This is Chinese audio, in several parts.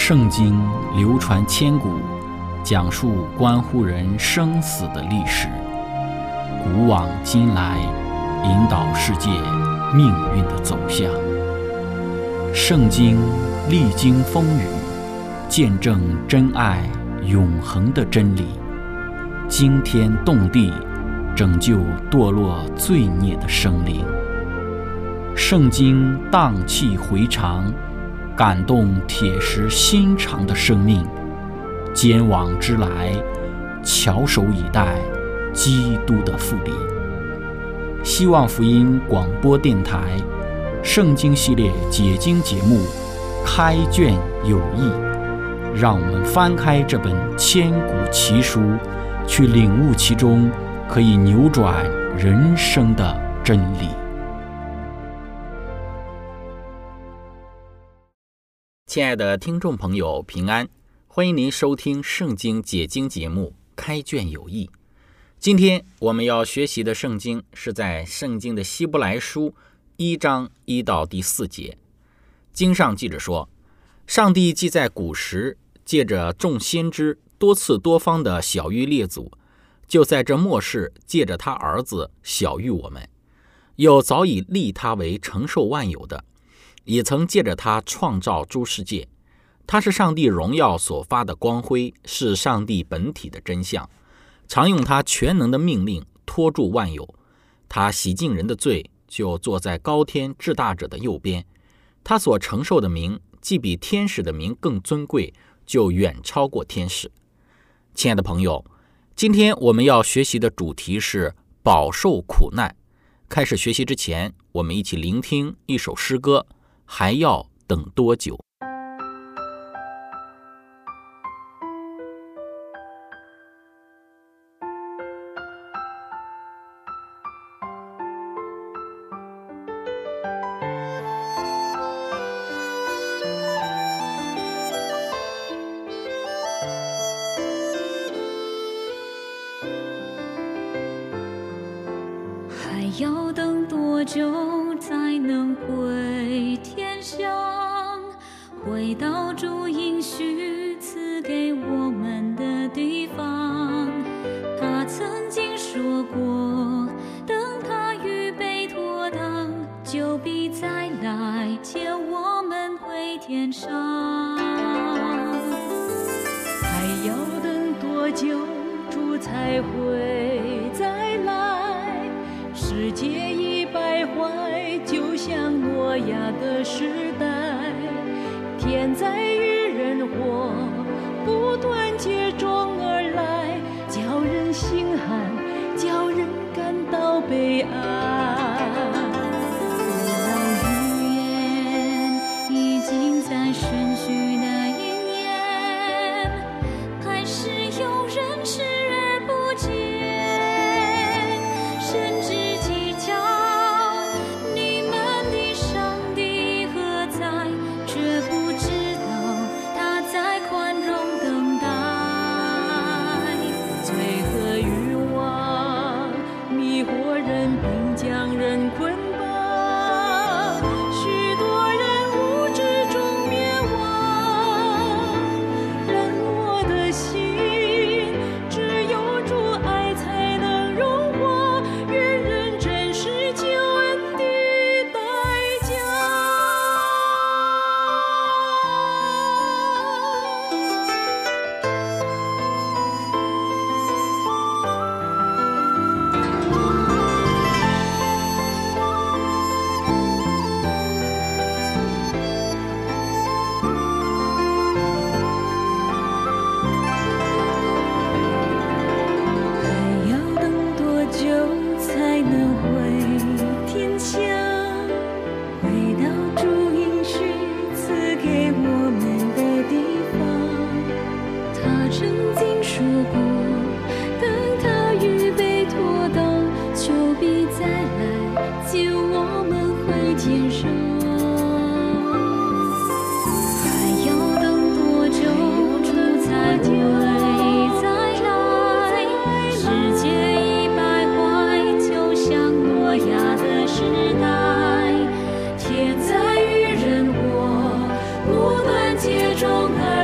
圣经流传千古，讲述关乎人生死的历史，古往今来，引导世界命运的走向。圣经历经风雨，见证真爱永恒的真理，惊天动地，拯救堕落罪孽的生灵。圣经荡气回肠，感动铁石心肠的生命，坚往之来，翘首以待基督的复临。希望福音广播电台圣经系列解经节目开卷有益，让我们翻开这本千古奇书，去领悟其中可以扭转人生的真理。亲爱的听众朋友，平安，欢迎您收听圣经解经节目开卷有益。今天我们要学习的圣经是在圣经的希伯来书1章1到第4节。经上记着说，上帝既在古时借着众先知多次多方的晓谕列祖，就在这末世借着他儿子晓谕我们，又早已立他为承受万有的，也曾借着他创造诸世界。他是上帝荣耀所发的光辉，是上帝本体的真相，常用他全能的命令托住万有。他洗净人的罪，就坐在高天至大者的右边。他所承受的名，既比天使的名更尊贵，就远超过天使。亲爱的朋友，今天我们要学习的主题是饱受苦难。开始学习之前，我们一起聆听一首诗歌，还要等多久？ 还要等多久才能回天乡，回到主应许赐给我们的地方？他曾经说过，等他预备妥当，就必再来接我们回天上。还要等多久主才会再来？世界已败坏，就像诺亚的时代，天灾与人祸不断接踵而来，叫人心寒，叫人感到悲哀。古老预言已经在瞬息的应验，还是有人视而不见，甚至将人捆绑，许多人无知中灭亡。人我的心，只有主爱才能融化，愿人真实救恩的代价。接踵而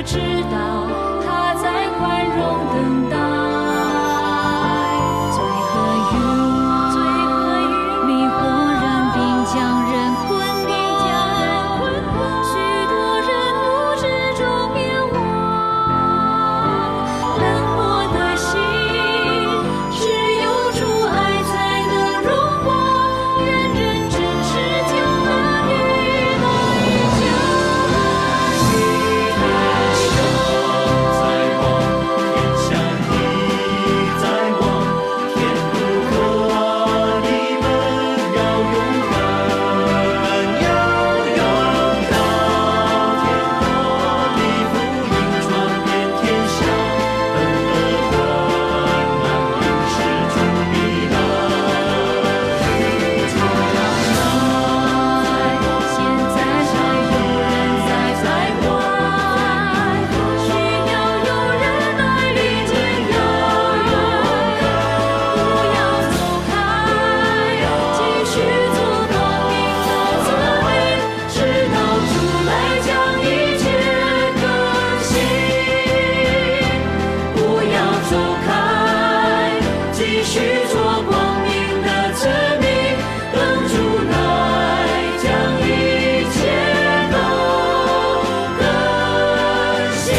知道他在宽容等待。罪和欲，迷惑人并将人捆绑，许多人不知中灭亡。冷漠的心，只有主爱才能融化。愿人真实救了你，那一救了你。 在望，天下你在望，天不可，你们要勇敢，要勇敢。天国的福音传遍天下，恩和患难临时主必来。 现在还有人在怀，需要有人来理解遥远。不要走开，继续做光明的子民，直到主来将一切更新。不要走开，继续做光明的子民，等主来将一切都更新。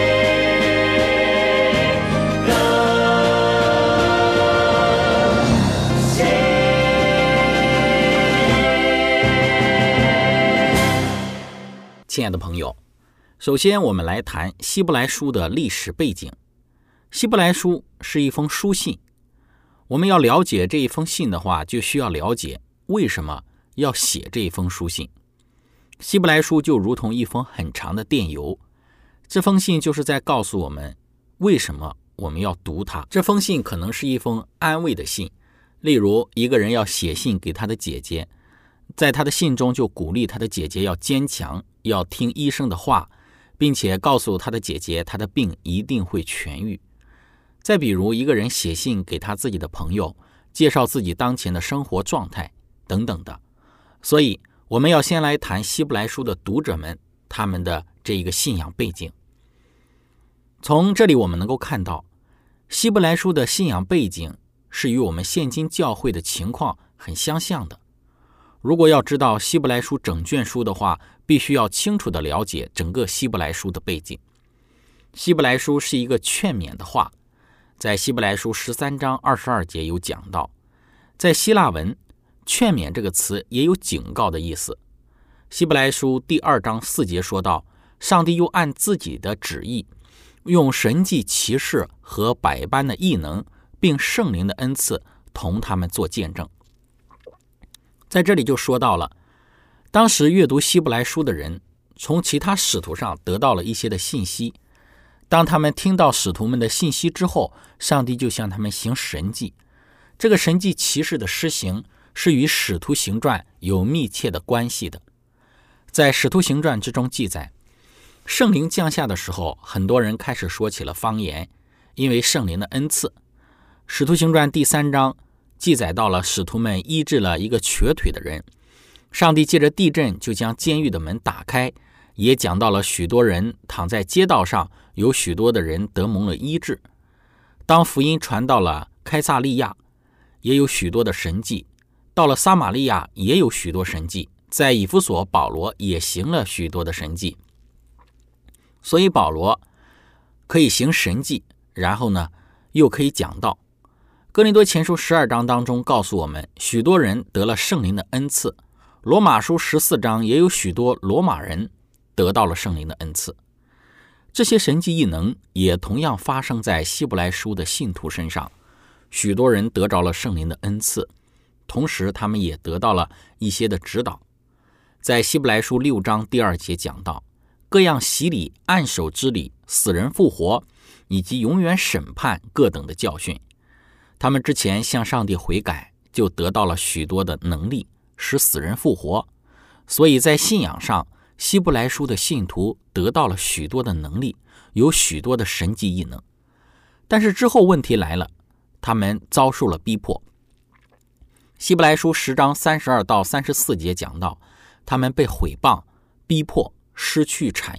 亲爱的朋友，首先我们来谈希伯来书的历史背景。希伯来书是一封书信，我们要了解这一封信的话，就需要了解为什么要写这一封书信。希伯来书就如同一封很长的电邮，这封信就是在告诉我们为什么我们要读它。这封信可能是一封安慰的信，例如一个人要写信给他的姐姐，在他的信中就鼓励他的姐姐要坚强，要听医生的话，并且告诉他的姐姐他的病一定会痊愈。再比如一个人写信给他自己的朋友，介绍自己当前的生活状态等等的。所以我们要先来谈希伯来书的读者们他们的这一个信仰背景。从这里我们能够看到，希伯来书的信仰背景是与我们现今教会的情况很相像的。如果要知道希伯来书整卷书的话，必须要清楚地了解整个希伯来书的背景。希伯来书是一个劝勉的话，在希伯来书13章22节有讲到，在希腊文劝勉这个词也有警告的意思。希伯来书第2章4节说到，上帝又按自己的旨意，用神迹奇事和百般的异能，并圣灵的恩赐同他们做见证。在这里就说到了，当时阅读希伯来书的人从其他使徒上得到了一些的信息，当他们听到使徒们的信息之后，上帝就向他们行神迹。这个神迹奇事的施行是与使徒行传有密切的关系的。在使徒行传之中记载，圣灵降下的时候，很多人开始说起了方言，因为圣灵的恩赐。使徒行传第3章记载到了使徒们医治了一个瘸腿的人，上帝借着地震就将监狱的门打开，也讲到了许多人躺在街道上，有许多的人得蒙了医治。当福音传到了开撒利亚，也有许多的神迹，到了撒玛利亚也有许多神迹，在以弗所保罗也行了许多的神迹。所以保罗可以行神迹，然后呢又可以讲道。哥林多前书12章当中告诉我们，许多人得了圣灵的恩赐。罗马书14章也有许多罗马人得到了圣灵的恩赐。这些神迹异能也同样发生在希伯来书的信徒身上，许多人得着了圣灵的恩赐，同时他们也得到了一些的指导。在希伯来书6章第2节讲到，各样洗礼、按手之礼、死人复活，以及永远审判各等的教训。他们之前向上帝悔改，就得到了许多的能力，使死人复活。所以在信仰上，希伯来书的信徒得到了许多的能力，有许多的神迹异能。但是之后问题来了，他们遭受了逼迫。希伯来书10章32到34节讲到，他们被毁谤、逼迫，失去产业，被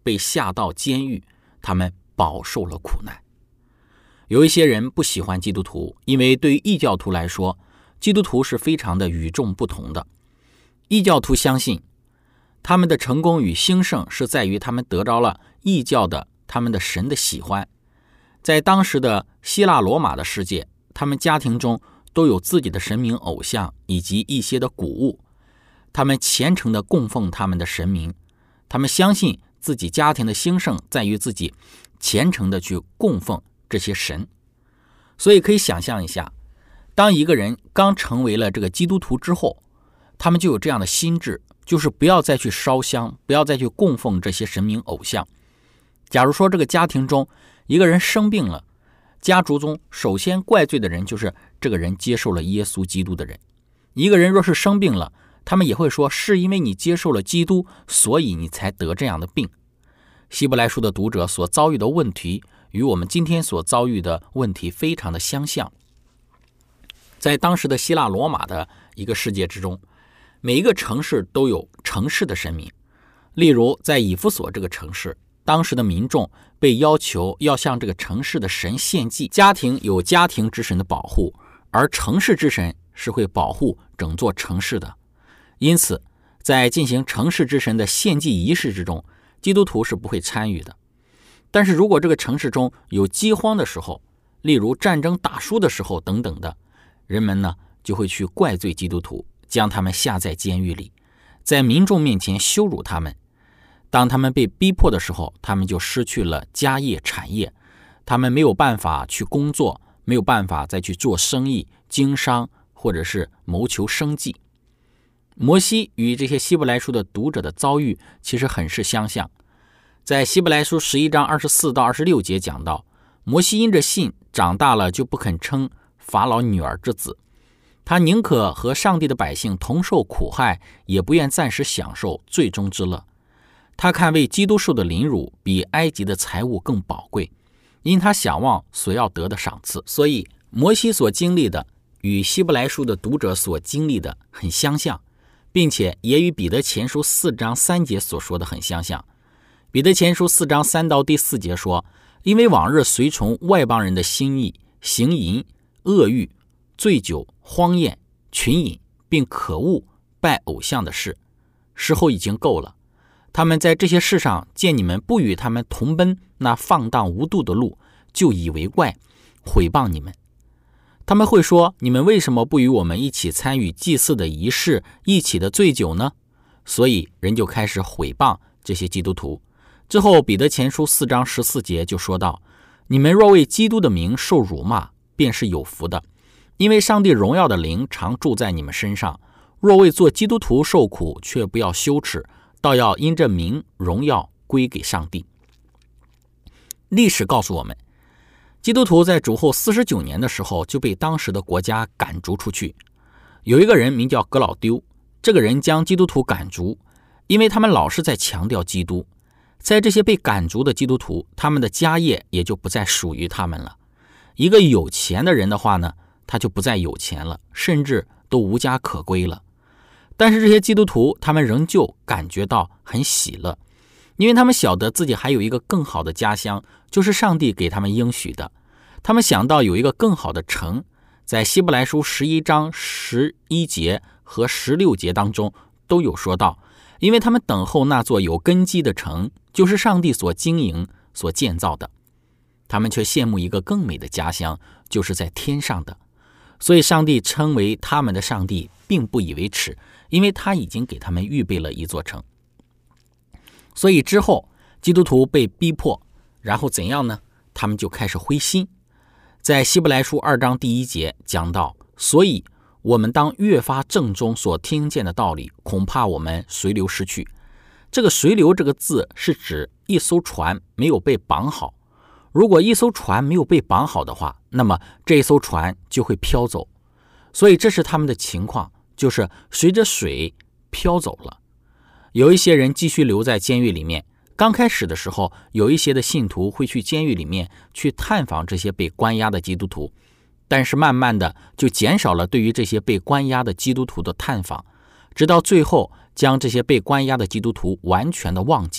被下到监狱，他们饱受了苦难。有一些人不喜欢基督徒，因为对于异教徒来说，基督徒是非常的与众不同的。异教徒相信他们的成功与兴盛是在于他们得着了异教的他们的神的喜欢。在当时的希腊罗马的世界，他们家庭中都有自己的神明偶像以及一些的谷物，他们虔诚地供奉他们的神明，他们相信自己家庭的兴盛在于自己虔诚地去供奉这些神。所以可以想象一下，当一个人刚成为了这个基督徒之后，他们就有这样的心智，就是不要再去烧香，不要再去供奉这些神明偶像。假如说这个家庭中一个人生病了，家族中首先怪罪的人就是这个人接受了耶稣基督的人。一个人若是生病了，他们也会说是因为你接受了基督，所以你才得这样的病。希伯来书的读者所遭遇的问题与我们今天所遭遇的问题非常的相像。在当时的希腊罗马的一个世界之中，每一个城市都有城市的神明。例如在以弗所这个城市，当时的民众被要求要向这个城市的神献祭，家庭有家庭之神的保护，而城市之神是会保护整座城市的。因此在进行城市之神的献祭仪式之中，基督徒是不会参与的。但是如果这个城市中有饥荒的时候，例如战争打输的时候等等的，人们呢就会去怪罪基督徒，将他们下在监狱里，在民众面前羞辱他们。当他们被逼迫的时候，他们就失去了家业产业，他们没有办法去工作，没有办法再去做生意、经商或者是谋求生计。摩西与这些希伯来书的读者的遭遇其实很是相像。在希伯来书11章24到26节讲到，摩西因着信长大了就不肯称法老女儿之子，他宁可和上帝的百姓同受苦害，也不愿暂时享受最终之乐。他看为基督受的凌辱比埃及的财物更宝贵，因他想望所要得的赏赐。所以摩西所经历的与希伯来书的读者所经历的很相像，并且也与彼得前书4章3节所说的很相像。彼得前书4章3到第4节说，因为往日随从外邦人的心意，行淫、恶欲、醉酒、荒宴、群饮，并可恶拜偶像的事，时候已经够了。他们在这些事上见你们不与他们同奔那放荡无度的路，就以为怪，毁谤你们。他们会说，你们为什么不与我们一起参与祭祀的仪式，一起的醉酒呢？所以人就开始毁谤这些基督徒。之后彼得前书4章14节就说到，你们若为基督的名受辱骂，便是有福的，因为上帝荣耀的灵常住在你们身上。若为做基督徒受苦，却不要羞耻，倒要因这名荣耀归给上帝。历史告诉我们，基督徒在主后49年的时候就被当时的国家赶逐出去。有一个人名叫格老丢，这个人将基督徒赶逐，因为他们老是在强调基督。在这些被赶逐的基督徒，他们的家业也就不再属于他们了。一个有钱的人的话呢，他就不再有钱了，甚至都无家可归了。但是这些基督徒他们仍旧感觉到很喜乐，因为他们晓得自己还有一个更好的家乡，就是上帝给他们应许的。他们想到有一个更好的城，在希伯来书11章11节和16节当中都有说到，因为他们等候那座有根基的城，就是上帝所经营所建造的。他们却羡慕一个更美的家乡，就是在天上的。所以上帝称为他们的上帝，并不以为耻，因为他已经给他们预备了一座城。所以之后基督徒被逼迫，然后怎样呢？他们就开始灰心。在希伯来书2章第1节讲到，所以我们当越发正中所听见的道理，恐怕我们随流失去。这个随流这个字是指一艘船没有被绑好。如果一艘船没有被绑好的话，那么这艘船就会飘走。所以这是他们的情况，就是随着水飘走了。有一些人继续留在监狱里面，刚开始的时候，有一些的信徒会去监狱里面去探访这些被关押的基督徒，但是慢慢的就减少了对于这些被关押的基督徒的探访，直到最后将这些被关押的基督徒完全的忘记，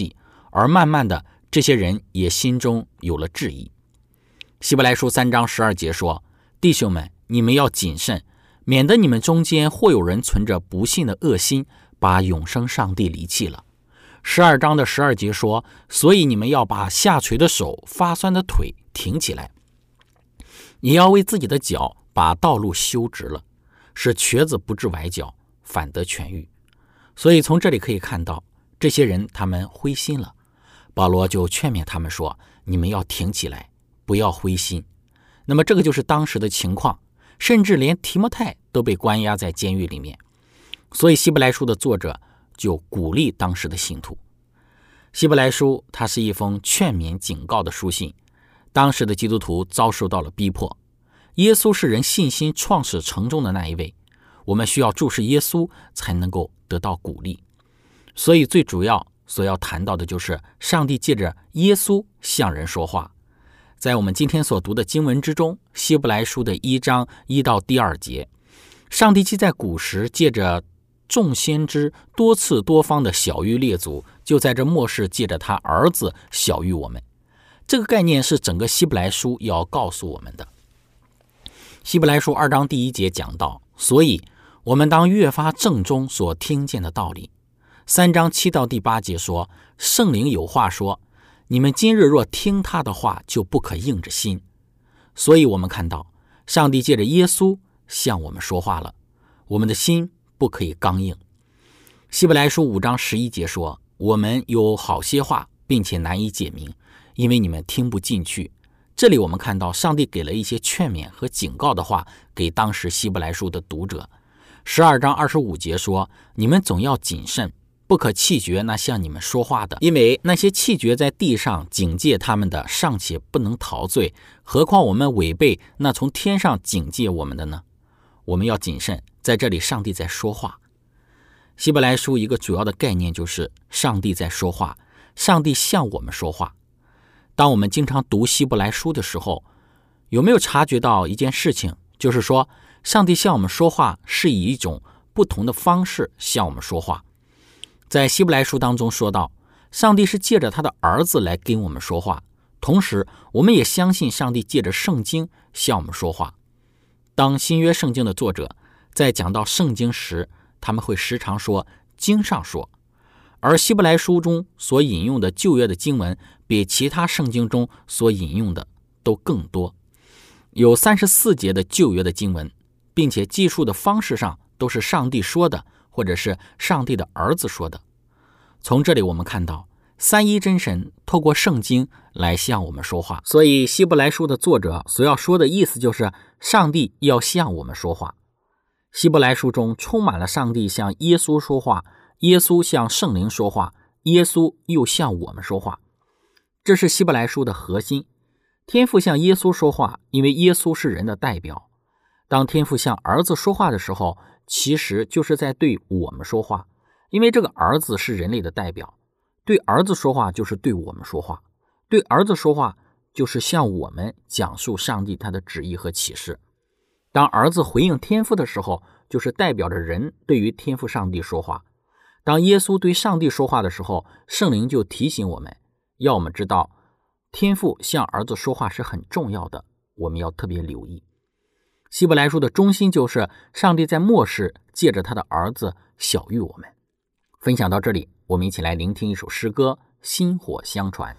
而慢慢的，这些人也心中有了质疑。希伯来书3章12节说：弟兄们，你们要谨慎，免得你们中间或有人存着不信的恶心，把永生上帝离弃了。12章的12节说：所以你们要把下垂的手、发酸的腿挺起来，也要为自己的脚把道路修直了，使瘸子不致崴脚，反得痊愈。所以从这里可以看到，这些人他们灰心了，保罗就劝勉他们说：你们要挺起来，不要灰心。那么这个就是当时的情况，甚至连提摩太都被关押在监狱里面。所以希伯来书的作者就鼓励当时的信徒。希伯来书它是一封劝勉警告的书信，当时的基督徒遭受到了逼迫。耶稣是人信心创始成终的那一位，我们需要注视耶稣才能够得到鼓励。所以最主要所要谈到的就是上帝借着耶稣向人说话。在我们今天所读的经文之中，希伯来书的1章1到第2节，上帝既在古时借着众先知多次多方的晓谕列祖，就在这末世借着他儿子晓谕我们。这个概念是整个希伯来书要告诉我们的。希伯来书2章第1节讲到，所以我们当越发正中所听见的道理。3章7到第8节说，圣灵有话说，你们今日若听他的话，就不可硬着心。所以我们看到上帝借着耶稣向我们说话了，我们的心不可以刚硬。希伯来书5章11节说，我们有好些话，并且难以解明，因为你们听不进去。这里我们看到上帝给了一些劝勉和警告的话给当时希伯来书的读者。12章25节说，你们总要谨慎，不可弃绝那向你们说话的，因为那些弃绝在地上警戒他们的，尚且不能逃罪，何况我们违背那从天上警戒我们的呢？我们要谨慎，在这里上帝在说话。希伯来书一个主要的概念就是上帝在说话，上帝向我们说话。当我们经常读希伯来书的时候，有没有察觉到一件事情，就是说上帝向我们说话是以一种不同的方式向我们说话。在希伯来书当中说到，上帝是借着他的儿子来跟我们说话，同时我们也相信上帝借着圣经向我们说话。当新约圣经的作者在讲到圣经时，他们会时常说经上说，而希伯来书中所引用的旧约的经文比其他圣经中所引用的都更多，有34节的旧约的经文，并且记述的方式上都是上帝说的，或者是上帝的儿子说的。从这里我们看到三一真神透过圣经来向我们说话，所以希伯来书的作者所要说的意思就是上帝要向我们说话。希伯来书中充满了上帝向耶稣说话，耶稣向圣灵说话，耶稣又向我们说话，这是希伯来书的核心。天父向耶稣说话，因为耶稣是人的代表。当天父向儿子说话的时候，其实就是在对我们说话，因为这个儿子是人类的代表。对儿子说话就是对我们说话，对儿子说话就是向我们讲述上帝他的旨意和启示。当儿子回应天父的时候，就是代表着人对于天父上帝说话。当耶稣对上帝说话的时候，圣灵就提醒我们，要我们知道天父向儿子说话是很重要的，我们要特别留意。希伯来书的中心就是上帝在末世借着他的儿子晓谕我们。分享到这里，我们一起来聆听一首诗歌《薪火相传》。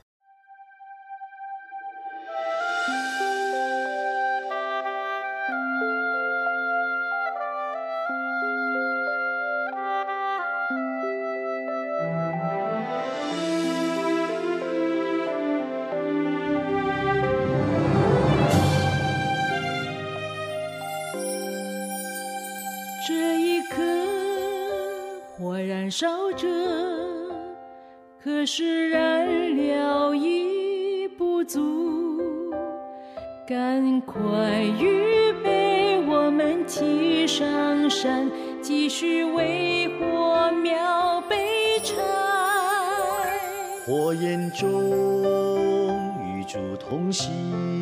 这一刻火燃烧着，可是燃料已不足，赶快预备，我们提上山，继续为火苗备柴。 火焰中与主同行，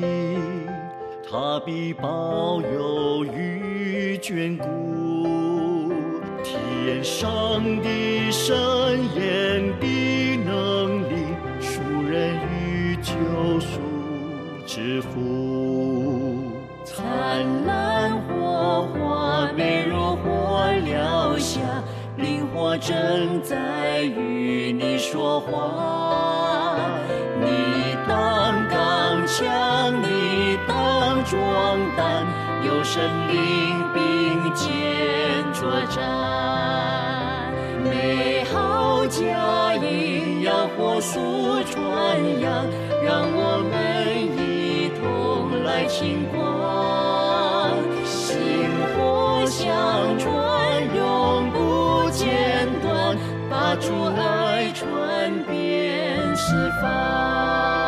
他必保佑与眷顾，体验上帝神眼的能力， 救赎之福。 灿烂火花，美如火燎下，灵火正在与你说话。你当刚强，你当壮胆，有神灵并肩作战。美好佳音要火速传扬，让我们一同来轻狂。薪火相传，永不间断，把主爱传遍四方。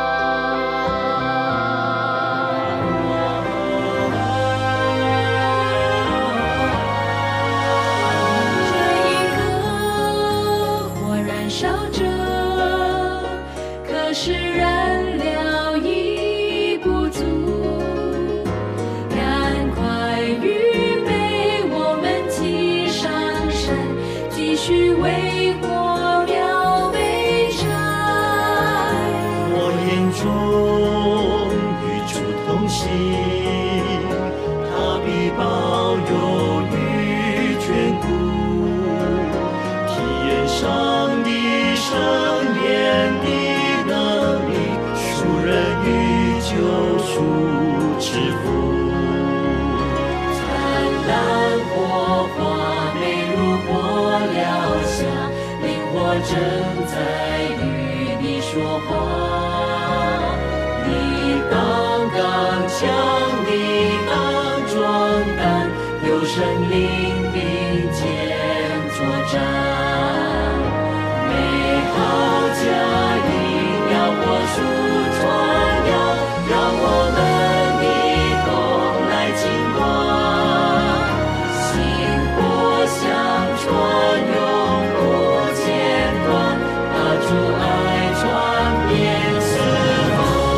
是燃料已不足，赶快预备，我们提上山，继续为火苗备战。 我眼中与主同行，他必保佑与眷顾，体验上帝圣言的救赎之福。 灿烂火花，美如火燎下，灵火正在与你说话。你当刚强，你当壮胆，有神灵并肩作战。美好佳音要火速传扬，让我们一同来轻狂。薪火相传，永不间断，把主爱传遍四方。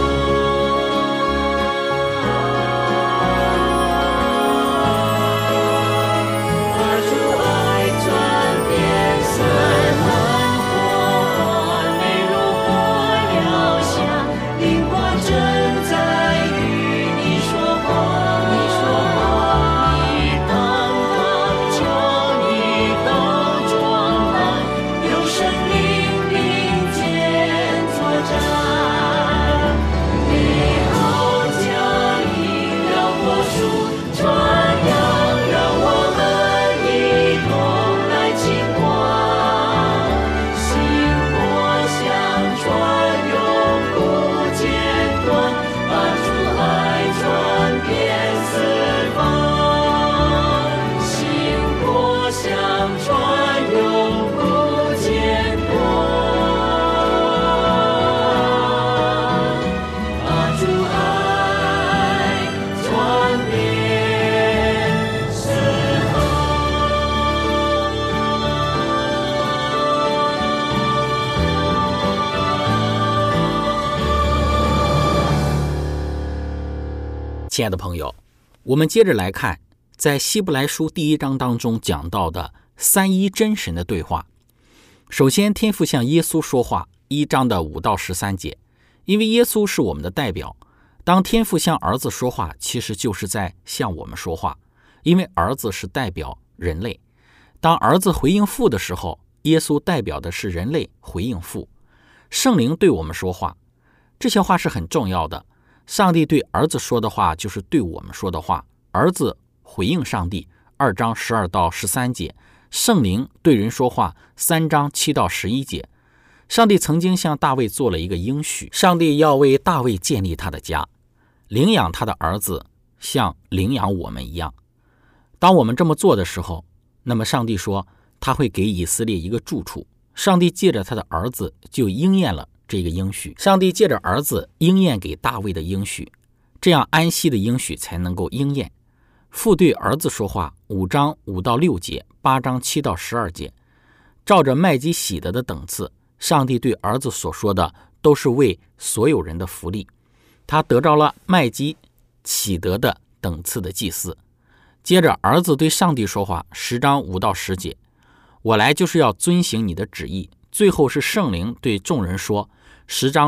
把主爱传遍四方。美如火燎下，灵火正在与你说话。你当刚强，你当壮胆，有神灵并肩作战。美好佳音要火速传扬，让我们一同来轻狂。薪火相传，永不间断，把主爱传遍四方。薪火相传，永不间断，把主爱传遍四亲爱的朋友，我们接着来看在希伯来书第1章当中讲到的三一真神的对话。首先，天父向耶稣说话，1章的5到13节。因为耶稣是我们的代表，当天父向儿子说话，其实就是在向我们说话，因为儿子是代表人类。当儿子回应父的时候，耶稣代表的是人类回应父。圣灵对我们说话，这些话是很重要的。上帝对儿子说的话就是对我们说的话，儿子回应上帝2章12到13节，圣灵对人说话3章7到11节。上帝曾经向大卫做了一个应许，上帝要为大卫建立他的家，领养他的儿子像领养我们一样。当我们这么做的时候，那么上帝说他会给以色列一个住处，上帝借着他的儿子就应验了这个应许。上帝借着儿子应验给大卫的应许，这样安息的应许才能够应验。父对儿子说话5章5到6节，8章7到12节。照着麦基洗德的等次，上帝对儿子所说的都是为所有人的福利。他得着了麦基洗德的等次的祭祀。接着儿子对上帝说话10章5到10节，我来就是要遵行你的旨意。最后是圣灵对众人说10章的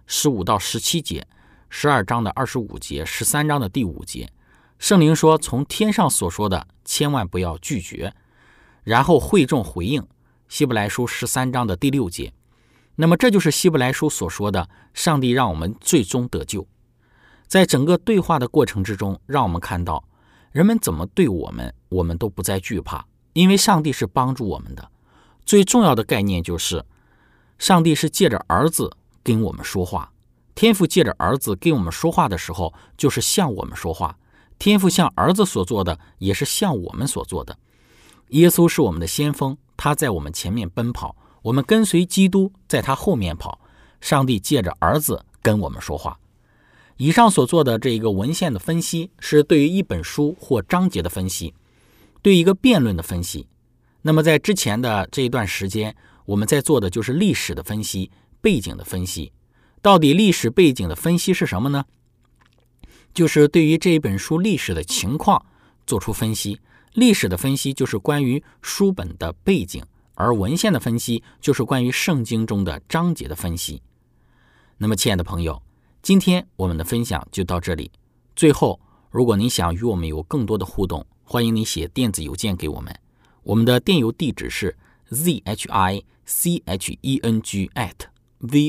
15到17节，12章的25节，13章的第5节，圣灵说从天上所说的千万不要拒绝，然后会众回应，希伯来书13章的第6节。那么这就是希伯来书所说的上帝让我们最终得救。在整个对话的过程之中，让我们看到人们怎么对我们，我们都不再惧怕，因为上帝是帮助我们的。最重要的概念就是上帝是借着儿子跟我们说话，天父借着儿子跟我们说话的时候，就是向我们说话，天父向儿子所做的也是向我们所做的。耶稣是我们的先锋，他在我们前面奔跑，我们跟随基督在他后面跑，上帝借着儿子跟我们说话。以上所做的这一个文献的分析，是对于一本书或章节的分析，对一个辩论的分析。那么在之前的这一段时间，我们在做的就是历史的分析，背景的分析。到底历史背景的分析是什么呢？就是对于这一本书历史的情况做出分析。历史的分析就是关于书本的背景，而文献的分析就是关于圣经中的章节的分析。那么亲爱的朋友，今天我们的分享就到这里。最后，如果您想与我们有更多的互动，欢迎你写电子邮件给我们。我们的电邮地址是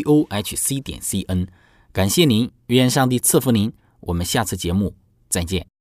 zhicheng@vohc.cn。感谢您，愿上帝赐福您。我们下次节目再见。